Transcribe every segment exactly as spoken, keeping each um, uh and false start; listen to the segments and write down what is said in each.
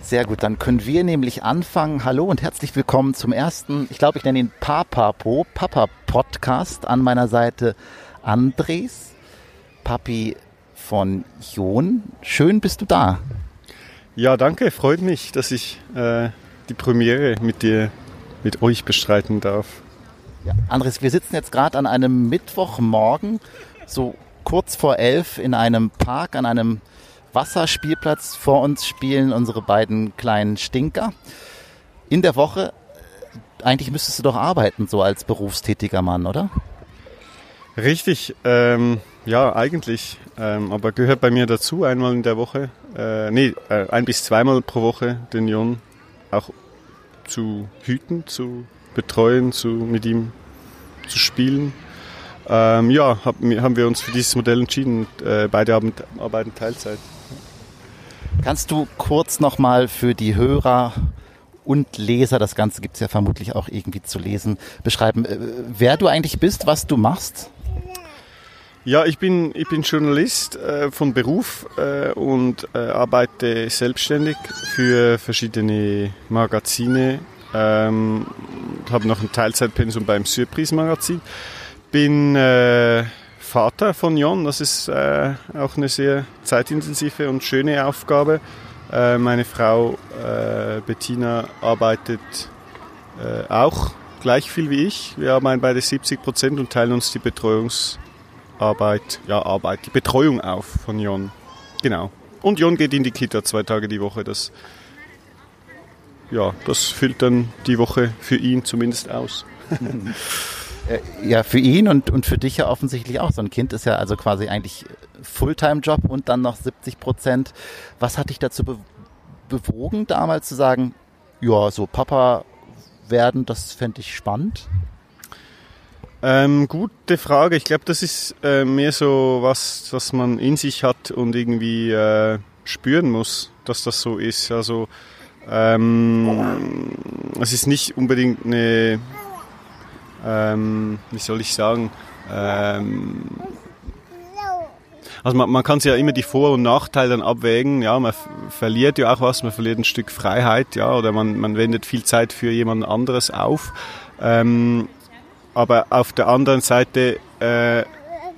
Sehr gut, dann können wir nämlich anfangen. Hallo und herzlich willkommen zum ersten, ich glaube, ich nenne ihn Papapo, Papa-Podcast. An meiner Seite Andres, Papi von Jon. Schön bist du da. Ja, danke, freut mich, dass ich äh, die Premiere mit dir, mit euch bestreiten darf. Ja, Andres, wir sitzen jetzt gerade an einem Mittwochmorgen, so kurz vor elf, in einem Park, an einem Wasserspielplatz. Vor uns spielen unsere beiden kleinen Stinker. In der Woche, eigentlich müsstest du doch arbeiten, so als berufstätiger Mann, oder? Richtig, ähm, ja, eigentlich. Ähm, aber gehört bei mir dazu, einmal in der Woche, äh, nee, äh, ein bis zweimal pro Woche den Jon auch zu hüten, zu betreuen, zu, mit ihm zu spielen. Ähm, ja, hab, haben wir uns für dieses Modell entschieden. Äh, beide haben, arbeiten Teilzeit. Kannst du kurz nochmal für die Hörer und Leser, das Ganze gibt es ja vermutlich auch irgendwie zu lesen, beschreiben, äh, wer du eigentlich bist, was du machst? Ja, ich bin, ich bin Journalist äh, von Beruf äh, und äh, arbeite selbstständig für verschiedene Magazine. Ähm, habe noch ein Teilzeitpensum beim Surprise Magazin. Bin äh, Vater von Jon, das ist äh, auch eine sehr zeitintensive und schöne Aufgabe. Äh, meine Frau äh, Bettina arbeitet äh, auch gleich viel wie ich. Wir arbeiten beide siebzig Prozent und teilen uns die Betreuungsarbeit, ja Arbeit, die Betreuung auf von Jon. Genau. Und Jon geht in die Kita zwei Tage die Woche. Das, ja, das füllt dann die Woche für ihn zumindest aus. Ja, für ihn und, und für dich ja offensichtlich auch. So ein Kind ist ja also quasi eigentlich Fulltime-Job und dann noch siebzig Prozent. Was hat dich dazu be- bewogen, damals zu sagen, ja, so Papa werden, das fände ich spannend? Ähm, gute Frage. Ich glaube, das ist äh, mehr so was, was man in sich hat und irgendwie äh, spüren muss, dass das so ist. Also ähm, es ist nicht unbedingt eine Ähm, wie soll ich sagen, ähm, also man, man kann sich ja immer die Vor- und Nachteile dann abwägen, ja, man f- verliert ja auch was, man verliert ein Stück Freiheit, ja, oder man, man wendet viel Zeit für jemand anderes auf, ähm, aber auf der anderen Seite äh, äh,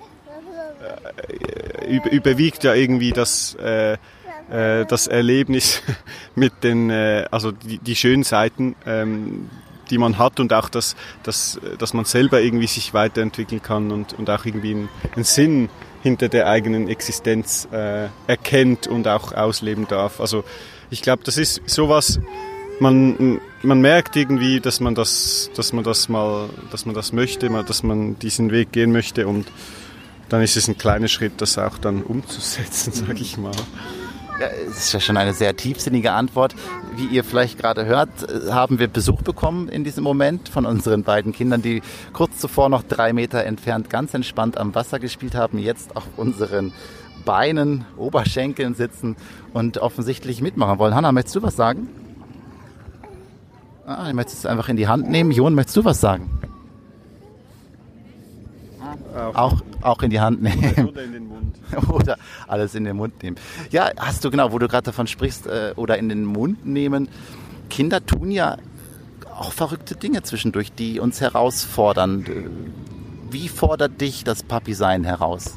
über, überwiegt ja irgendwie das, äh, äh, das Erlebnis mit den, äh, also die, die schönen Seiten, ähm, die man hat und auch, dass, dass, dass man selber irgendwie sich weiterentwickeln kann und, und auch irgendwie einen, einen Sinn hinter der eigenen Existenz äh, erkennt und auch ausleben darf. Also ich glaube, das ist sowas, man, man merkt irgendwie, dass man das, dass man das mal, dass man das möchte, dass man diesen Weg gehen möchte und dann ist es ein kleiner Schritt, das auch dann umzusetzen, sage ich mal. Ja, es ist ja schon eine sehr tiefsinnige Antwort. Wie ihr vielleicht gerade hört, haben wir Besuch bekommen in diesem Moment von unseren beiden Kindern, die kurz zuvor noch drei Meter entfernt ganz entspannt am Wasser gespielt haben, jetzt auf unseren Beinen, Oberschenkeln sitzen und offensichtlich mitmachen wollen. Hanna, möchtest du was sagen? Ah, du möchtest es einfach in die Hand nehmen. Jon, möchtest du was sagen? Auch. Auch, auch in die Hand nehmen. Oder in den Mund. Oder alles in den Mund nehmen. Ja, hast du genau, wo du gerade davon sprichst, äh, oder in den Mund nehmen. Kinder tun ja auch verrückte Dinge zwischendurch, die uns herausfordern. Wie fordert dich das Papi-Sein heraus?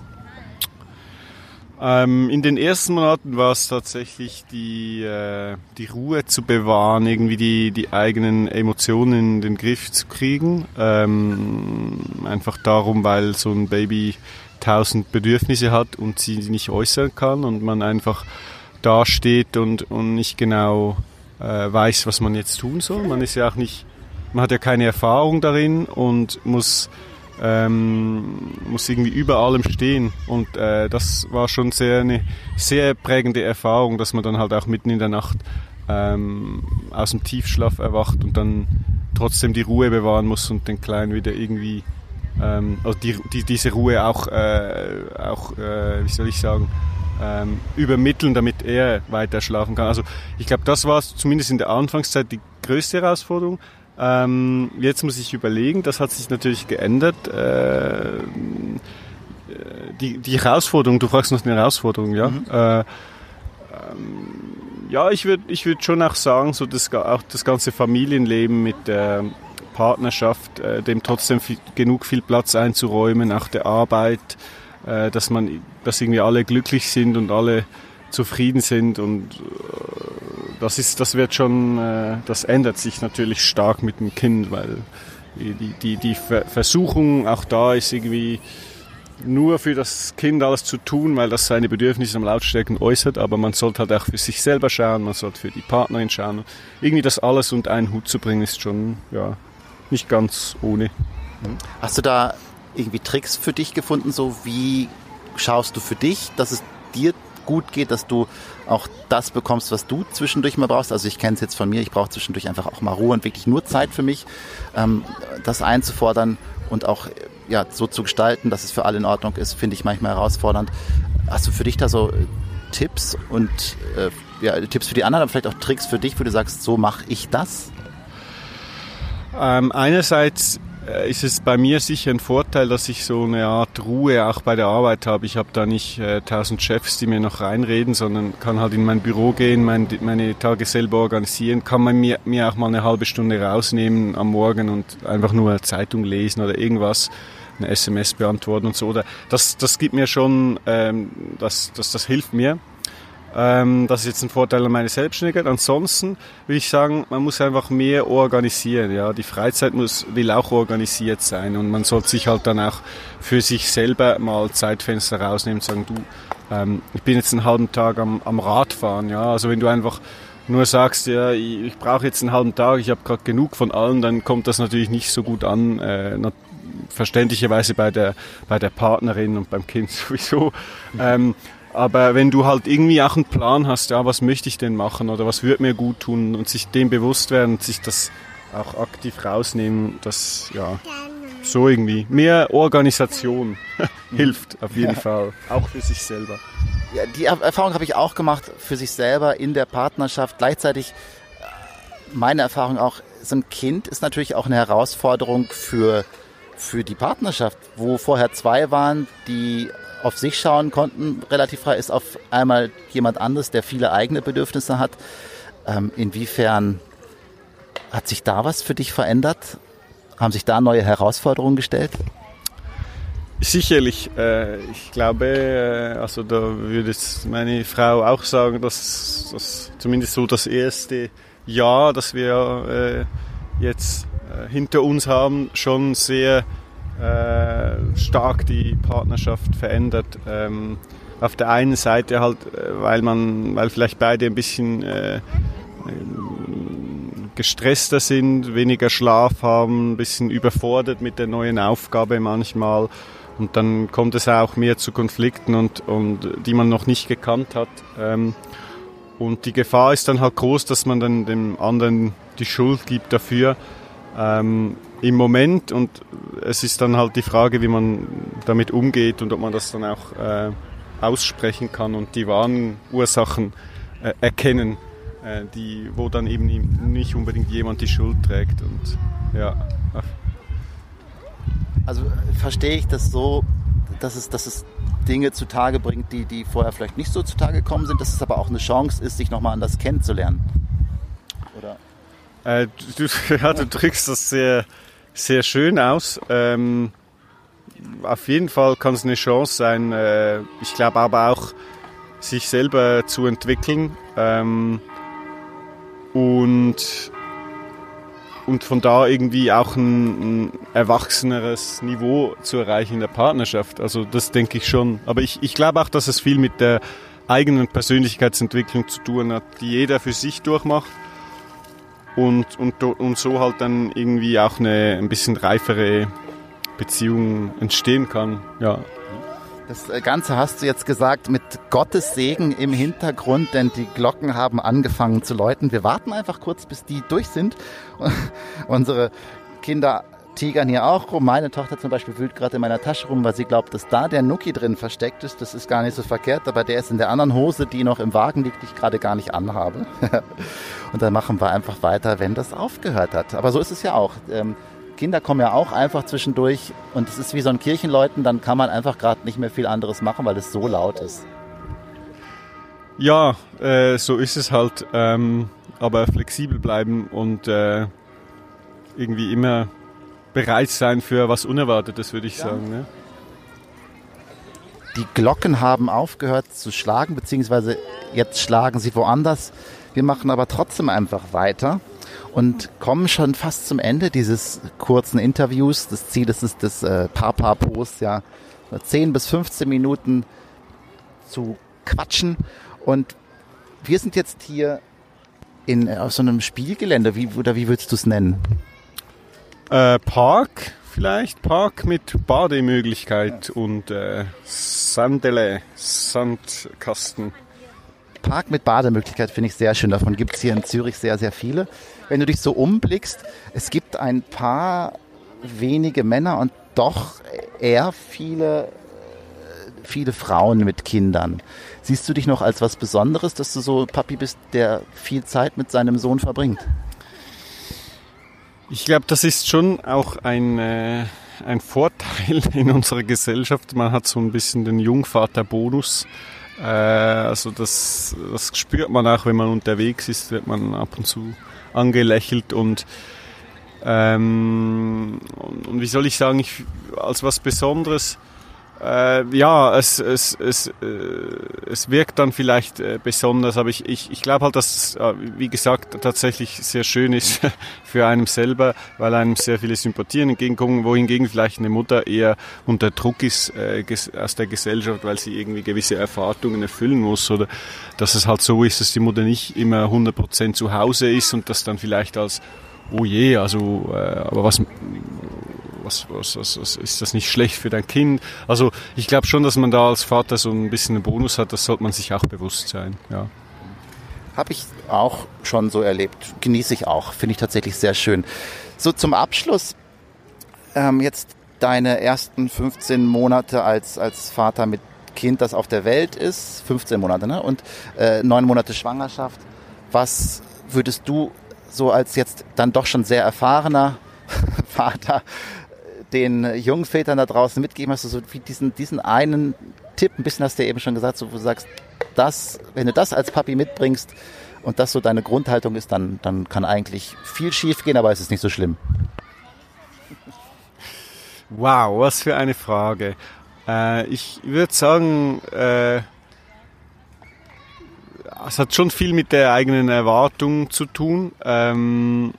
Ähm, in den ersten Monaten war es tatsächlich die, äh, die Ruhe zu bewahren, irgendwie die, die eigenen Emotionen in den Griff zu kriegen. Ähm, einfach darum, weil so ein Baby tausend Bedürfnisse hat und sie nicht äußern kann und man einfach da steht und, und nicht genau äh, weiß, was man jetzt tun soll. Man ist ja auch nicht, man hat ja keine Erfahrung darin und muss Ähm, muss irgendwie über allem stehen und äh, das war schon sehr eine sehr prägende Erfahrung, dass man dann halt auch mitten in der Nacht ähm, aus dem Tiefschlaf erwacht und dann trotzdem die Ruhe bewahren muss und den Kleinen wieder irgendwie ähm, also die, die, diese Ruhe auch, äh, auch äh, wie soll ich sagen, ähm, übermitteln, damit er weiter schlafen kann. Also ich glaube, das war zumindest in der Anfangszeit die größte Herausforderung. Ähm, jetzt muss ich überlegen, das hat sich natürlich geändert. Äh, die, die Herausforderung, du fragst nach der Herausforderung, ja. Mhm. Äh, ähm, Ja, ich würde ich würd schon auch sagen, so das, auch das ganze Familienleben mit der Partnerschaft, äh, dem trotzdem viel, genug viel Platz einzuräumen, auch der Arbeit, äh, dass man, dass irgendwie alle glücklich sind und alle zufrieden sind und äh, das ist, das wird schon, äh, das ändert sich natürlich stark mit dem Kind, weil die, die, die Versuchung auch da ist irgendwie nur für das Kind alles zu tun, weil das seine Bedürfnisse am lautstärken äußert, aber man sollte halt auch für sich selber schauen, man sollte für die Partnerin schauen. Irgendwie das alles unter einen Hut zu bringen, ist schon, ja, nicht ganz ohne. Hast du da irgendwie Tricks für dich gefunden, so wie schaust du für dich, dass es dir gut geht, dass du auch das bekommst, was du zwischendurch mal brauchst? Also ich kenne es jetzt von mir, ich brauche zwischendurch einfach auch mal Ruhe und wirklich nur Zeit für mich, ähm, das einzufordern und auch ja, so zu gestalten, dass es für alle in Ordnung ist, finde ich manchmal herausfordernd. Hast du für dich da so Tipps und äh, ja, Tipps für die anderen, aber vielleicht auch Tricks für dich, wo du sagst, so mache ich das? Ähm, einerseits äh, ist es bei mir sicher ein Vorteil, dass ich so eine Art Ruhe auch bei der Arbeit habe. Ich habe da nicht äh, tausend Chefs, die mir noch reinreden, sondern kann halt in mein Büro gehen, mein, meine Tage selber organisieren, kann man mir, mir auch mal eine halbe Stunde rausnehmen am Morgen und einfach nur Zeitung lesen oder irgendwas, eine S M S beantworten und so. Oder das, das gibt mir schon, ähm, das, das, das hilft mir. Ähm, das ist jetzt ein Vorteil an meiner Selbstständigkeit. Ansonsten würde ich sagen, man muss einfach mehr organisieren. Ja, die Freizeit muss, will auch organisiert sein und man sollte sich halt dann auch für sich selber mal Zeitfenster rausnehmen und sagen, du, ähm, ich bin jetzt einen halben Tag am, am Radfahren. Ja, also wenn du einfach nur sagst, ja, ich, ich brauche jetzt einen halben Tag, ich habe gerade genug von allem, dann kommt das natürlich nicht so gut an. Äh, verständlicherweise bei der bei der Partnerin und beim Kind sowieso. Mhm. Ähm, Aber wenn du halt irgendwie auch einen Plan hast, ja, was möchte ich denn machen oder was würde mir gut tun und sich dem bewusst werden und sich das auch aktiv rausnehmen, das, ja, so irgendwie. Mehr Organisation hilft auf jeden ja. Fall, auch für sich selber. Ja, die Erfahrung habe ich auch gemacht für sich selber in der Partnerschaft. Gleichzeitig meine Erfahrung auch, so ein Kind ist natürlich auch eine Herausforderung für, für die Partnerschaft, wo vorher zwei waren, die auf sich schauen konnten, relativ frei, ist auf einmal jemand anderes, der viele eigene Bedürfnisse hat. Ähm, inwiefern hat sich da was für dich verändert? Haben sich da neue Herausforderungen gestellt? Sicherlich. Äh, ich glaube, äh, also da würde jetzt meine Frau auch sagen, dass, dass zumindest so das erste Jahr, das wir äh, jetzt äh, hinter uns haben, schon sehr Äh, stark die Partnerschaft verändert. Ähm, auf der einen Seite halt, äh, weil man, weil vielleicht beide ein bisschen äh, gestresster sind, weniger Schlaf haben, ein bisschen überfordert mit der neuen Aufgabe manchmal und dann kommt es auch mehr zu Konflikten und, und die man noch nicht gekannt hat. Ähm, und die Gefahr ist dann halt groß, dass man dann dem anderen die Schuld gibt dafür. Ähm, im Moment und es ist dann halt die Frage, wie man damit umgeht und ob man das dann auch äh, aussprechen kann und die wahren Ursachen äh, erkennen, äh, die, wo dann eben nicht unbedingt jemand die Schuld trägt. Und, ja. Also verstehe ich das so, dass es, dass es Dinge zutage bringt, die, die vorher vielleicht nicht so zutage gekommen sind, dass es aber auch eine Chance ist, sich nochmal anders kennenzulernen? Oder? Äh, du, ja, du drückst das sehr, sehr schön aus. Ähm, auf jeden Fall kann es eine Chance sein. Äh, ich glaube aber auch, sich selber zu entwickeln ähm, und, und von da irgendwie auch ein, ein erwachseneres Niveau zu erreichen in der Partnerschaft. Also das denke ich schon. Aber ich, ich glaube auch, dass es viel mit der eigenen Persönlichkeitsentwicklung zu tun hat, die jeder für sich durchmacht. Und, und, und so halt dann irgendwie auch eine ein bisschen reifere Beziehung entstehen kann. Ja. Das Ganze hast du jetzt gesagt mit Gottes Segen im Hintergrund, denn die Glocken haben angefangen zu läuten. Wir warten einfach kurz, bis die durch sind. Unsere Kinder tigern hier auch rum. Meine Tochter zum Beispiel wühlt gerade in meiner Tasche rum, weil sie glaubt, dass da der Nuki drin versteckt ist. Das ist gar nicht so verkehrt, aber der ist in der anderen Hose, die noch im Wagen liegt, die ich gerade gar nicht anhabe. Und dann machen wir einfach weiter, wenn das aufgehört hat. Aber so ist es ja auch. Ähm, Kinder kommen ja auch einfach zwischendurch und es ist wie so ein Kirchenläuten, dann kann man einfach gerade nicht mehr viel anderes machen, weil es so laut ist. Ja, äh, so ist es halt. Ähm, aber flexibel bleiben und äh, irgendwie immer bereit sein für was Unerwartetes, würde ich ja. sagen. Ne? Die Glocken haben aufgehört zu schlagen, beziehungsweise jetzt schlagen sie woanders. Wir machen aber trotzdem einfach weiter und kommen schon fast zum Ende dieses kurzen Interviews. Das Ziel ist es, des äh, Papapos, ja, zehn bis fünfzehn Minuten zu quatschen. Und wir sind jetzt hier in, auf so einem Spielgelände. Wie, oder wie würdest du es nennen? Äh, Park vielleicht. Park mit Bademöglichkeit ja. und äh, Sandele, Sandkasten. Park mit Bademöglichkeit finde ich sehr schön. Davon gibt es hier in Zürich sehr, sehr viele. Wenn du dich so umblickst, es gibt ein paar wenige Männer und doch eher viele, viele Frauen mit Kindern. Siehst du dich noch als was Besonderes, dass du so Papi bist, der viel Zeit mit seinem Sohn verbringt? Ich glaube, das ist schon auch ein, äh, ein Vorteil in unserer Gesellschaft. Man hat so ein bisschen den Jungvaterbonus. Äh, also das, das spürt man auch, wenn man unterwegs ist, wird man ab und zu angelächelt und ähm, und, und wie soll ich sagen, ich, als was Besonderes, äh, ja, es, es, es, äh, es wirkt dann vielleicht äh, besonders, aber ich, ich, ich glaube halt, dass es, äh, wie gesagt, tatsächlich sehr schön ist für einen selber, weil einem sehr viele Sympathien entgegenkommen, wohingegen vielleicht eine Mutter eher unter Druck ist äh, aus der Gesellschaft, weil sie irgendwie gewisse Erwartungen erfüllen muss oder dass es halt so ist, dass die Mutter nicht immer hundert Prozent zu Hause ist und das dann vielleicht als oh je, also, äh, aber was, was, was, was, was, ist das nicht schlecht für dein Kind? Also, ich glaube schon, dass man da als Vater so ein bisschen einen Bonus hat, das sollte man sich auch bewusst sein, ja. Habe ich auch schon so erlebt, genieße ich auch, finde ich tatsächlich sehr schön. So, zum Abschluss, ähm, jetzt deine ersten fünfzehn Monate als, als Vater mit Kind, das auf der Welt ist, fünfzehn Monate, ne? Und äh, neun Monate Schwangerschaft. Was würdest du so als jetzt dann doch schon sehr erfahrener Vater den jungen Vätern da draußen mitgeben, hast du so wie diesen, diesen einen Tipp, ein bisschen hast du ja eben schon gesagt, so, wo du sagst, das, wenn du das als Papi mitbringst und das so deine Grundhaltung ist, dann, dann kann eigentlich viel schief gehen, aber es ist nicht so schlimm. Wow, was für eine Frage. Äh, ich würde sagen, äh, es hat schon viel mit der eigenen Erwartung zu tun. Ähm,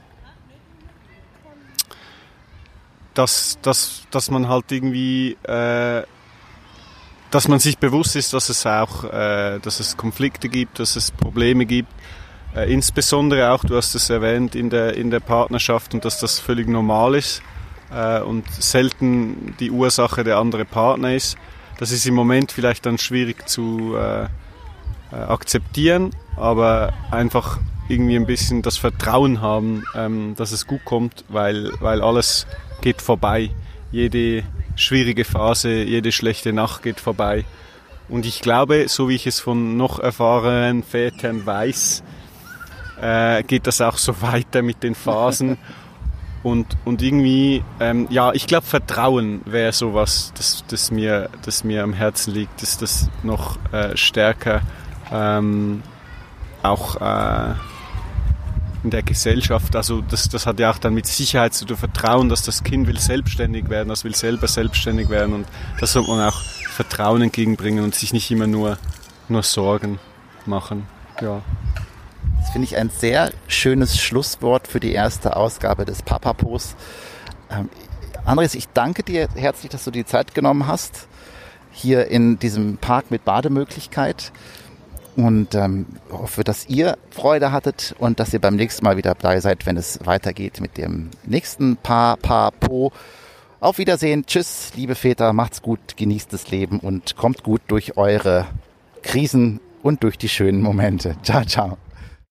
dass, dass, dass man halt irgendwie, äh, dass man sich bewusst ist, dass es auch, äh, dass es Konflikte gibt, dass es Probleme gibt. Äh, insbesondere auch, du hast es erwähnt, in der, in der Partnerschaft und dass das völlig normal ist äh, und selten die Ursache der andere Partner ist. Das ist im Moment vielleicht dann schwierig zu äh, akzeptieren, aber einfach irgendwie ein bisschen das Vertrauen haben, ähm, dass es gut kommt, weil, weil alles geht vorbei. Jede schwierige Phase, jede schlechte Nacht geht vorbei. Und ich glaube, so wie ich es von noch erfahrenen Vätern weiß, äh, geht das auch so weiter mit den Phasen. Und, und irgendwie, ähm, ja, ich glaube, Vertrauen wäre sowas, das, das, mir, das mir am Herzen liegt, dass das noch äh, stärker Ähm, auch äh, in der Gesellschaft, also das, das hat ja auch dann mit Sicherheit zu tun, Vertrauen, dass das Kind will selbstständig werden, das will selber selbstständig werden und das sollte man auch Vertrauen entgegenbringen und sich nicht immer nur, nur Sorgen machen. Ja. Das finde ich ein sehr schönes Schlusswort für die erste Ausgabe des Papapos. Ähm, Andres, ich danke dir herzlich, dass du die Zeit genommen hast, hier in diesem Park mit Bademöglichkeit. Und ähm, hoffe, dass ihr Freude hattet und dass ihr beim nächsten Mal wieder dabei seid, wenn es weitergeht mit dem nächsten Papapo. Auf Wiedersehen, tschüss, liebe Väter, macht's gut, genießt das Leben und kommt gut durch eure Krisen und durch die schönen Momente. Ciao, ciao.